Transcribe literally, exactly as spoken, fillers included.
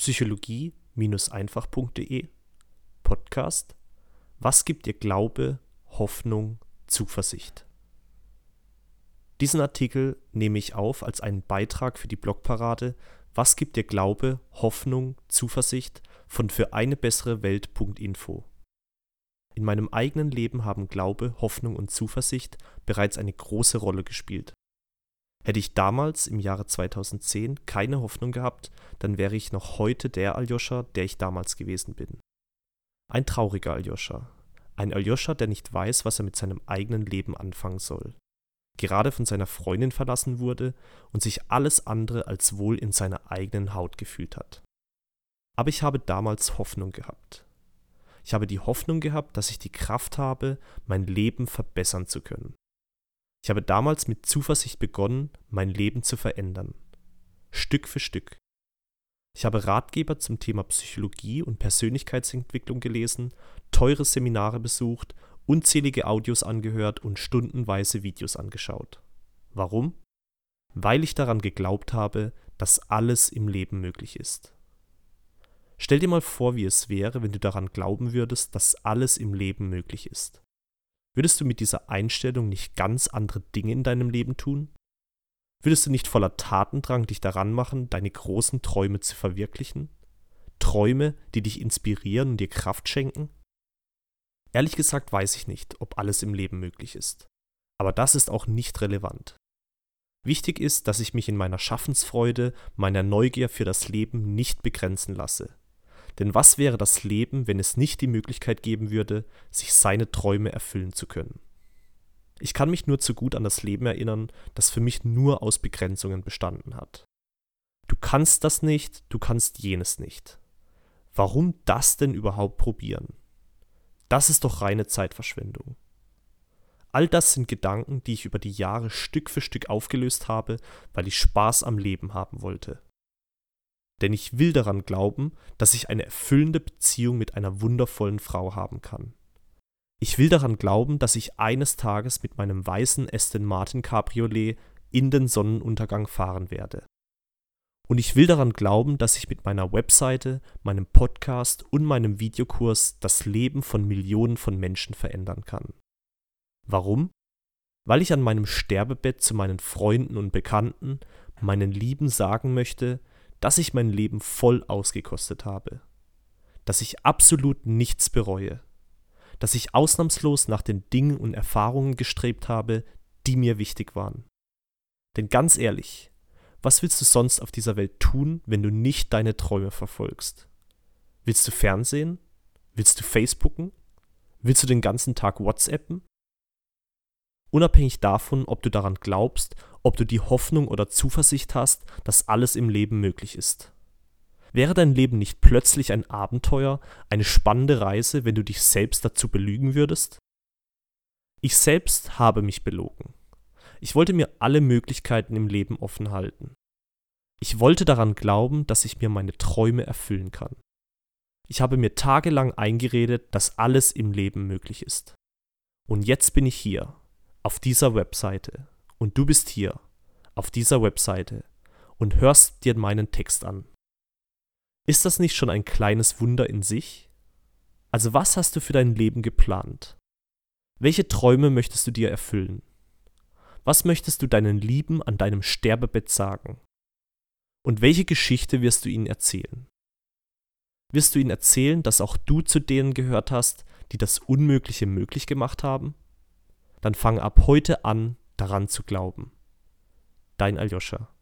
psychologie einfach punkt de Podcast Was gibt dir Glaube, Hoffnung, Zuversicht? Diesen Artikel nehme ich auf als einen Beitrag für die Blogparade Was gibt dir Glaube, Hoffnung, Zuversicht von für eine bessere Welt Punkt info. In meinem eigenen Leben haben Glaube, Hoffnung und Zuversicht bereits eine große Rolle gespielt. Hätte ich damals im Jahre zweitausendzehn keine Hoffnung gehabt, dann wäre ich noch heute der Aljoscha, der ich damals gewesen bin. Ein trauriger Aljoscha. Ein Aljoscha, der nicht weiß, was er mit seinem eigenen Leben anfangen soll. Gerade von seiner Freundin verlassen wurde und sich alles andere als wohl in seiner eigenen Haut gefühlt hat. Aber ich habe damals Hoffnung gehabt. Ich habe die Hoffnung gehabt, dass ich die Kraft habe, mein Leben verbessern zu können. Ich habe damals mit Zuversicht begonnen, mein Leben zu verändern. Stück für Stück. Ich habe Ratgeber zum Thema Psychologie und Persönlichkeitsentwicklung gelesen, teure Seminare besucht, unzählige Audios angehört und stundenweise Videos angeschaut. Warum? Weil ich daran geglaubt habe, dass alles im Leben möglich ist. Stell dir mal vor, wie es wäre, wenn du daran glauben würdest, dass alles im Leben möglich ist. Würdest du mit dieser Einstellung nicht ganz andere Dinge in deinem Leben tun? Würdest du nicht voller Tatendrang dich daran machen, deine großen Träume zu verwirklichen? Träume, die dich inspirieren und dir Kraft schenken? Ehrlich gesagt weiß ich nicht, ob alles im Leben möglich ist. Aber das ist auch nicht relevant. Wichtig ist, dass ich mich in meiner Schaffensfreude, meiner Neugier für das Leben nicht begrenzen lasse. Denn was wäre das Leben, wenn es nicht die Möglichkeit geben würde, sich seine Träume erfüllen zu können? Ich kann mich nur zu gut an das Leben erinnern, das für mich nur aus Begrenzungen bestanden hat. Du kannst das nicht, du kannst jenes nicht. Warum das denn überhaupt probieren? Das ist doch reine Zeitverschwendung. All das sind Gedanken, die ich über die Jahre Stück für Stück aufgelöst habe, weil ich Spaß am Leben haben wollte. Denn ich will daran glauben, dass ich eine erfüllende Beziehung mit einer wundervollen Frau haben kann. Ich will daran glauben, dass ich eines Tages mit meinem weißen Aston Martin Cabriolet in den Sonnenuntergang fahren werde. Und ich will daran glauben, dass ich mit meiner Webseite, meinem Podcast und meinem Videokurs das Leben von Millionen von Menschen verändern kann. Warum? Weil ich an meinem Sterbebett zu meinen Freunden und Bekannten, meinen Lieben sagen möchte, dass ich mein Leben voll ausgekostet habe. Dass ich absolut nichts bereue. Dass ich ausnahmslos nach den Dingen und Erfahrungen gestrebt habe, die mir wichtig waren. Denn ganz ehrlich, was willst du sonst auf dieser Welt tun, wenn du nicht deine Träume verfolgst? Willst du Fernsehen? Willst du Facebooken? Willst du den ganzen Tag WhatsAppen? Unabhängig davon, ob du daran glaubst, ob du die Hoffnung oder Zuversicht hast, dass alles im Leben möglich ist. Wäre dein Leben nicht plötzlich ein Abenteuer, eine spannende Reise, wenn du dich selbst dazu belügen würdest? Ich selbst habe mich belogen. Ich wollte mir alle Möglichkeiten im Leben offen halten. Ich wollte daran glauben, dass ich mir meine Träume erfüllen kann. Ich habe mir tagelang eingeredet, dass alles im Leben möglich ist. Und jetzt bin ich hier, auf dieser Webseite. Und du bist hier, auf dieser Webseite, und hörst dir meinen Text an. Ist das nicht schon ein kleines Wunder in sich? Also was hast du für dein Leben geplant? Welche Träume möchtest du dir erfüllen? Was möchtest du deinen Lieben an deinem Sterbebett sagen? Und welche Geschichte wirst du ihnen erzählen? Wirst du ihnen erzählen, dass auch du zu denen gehört hast, die das Unmögliche möglich gemacht haben? Dann fang ab heute an, daran zu glauben. Dein Aljoscha.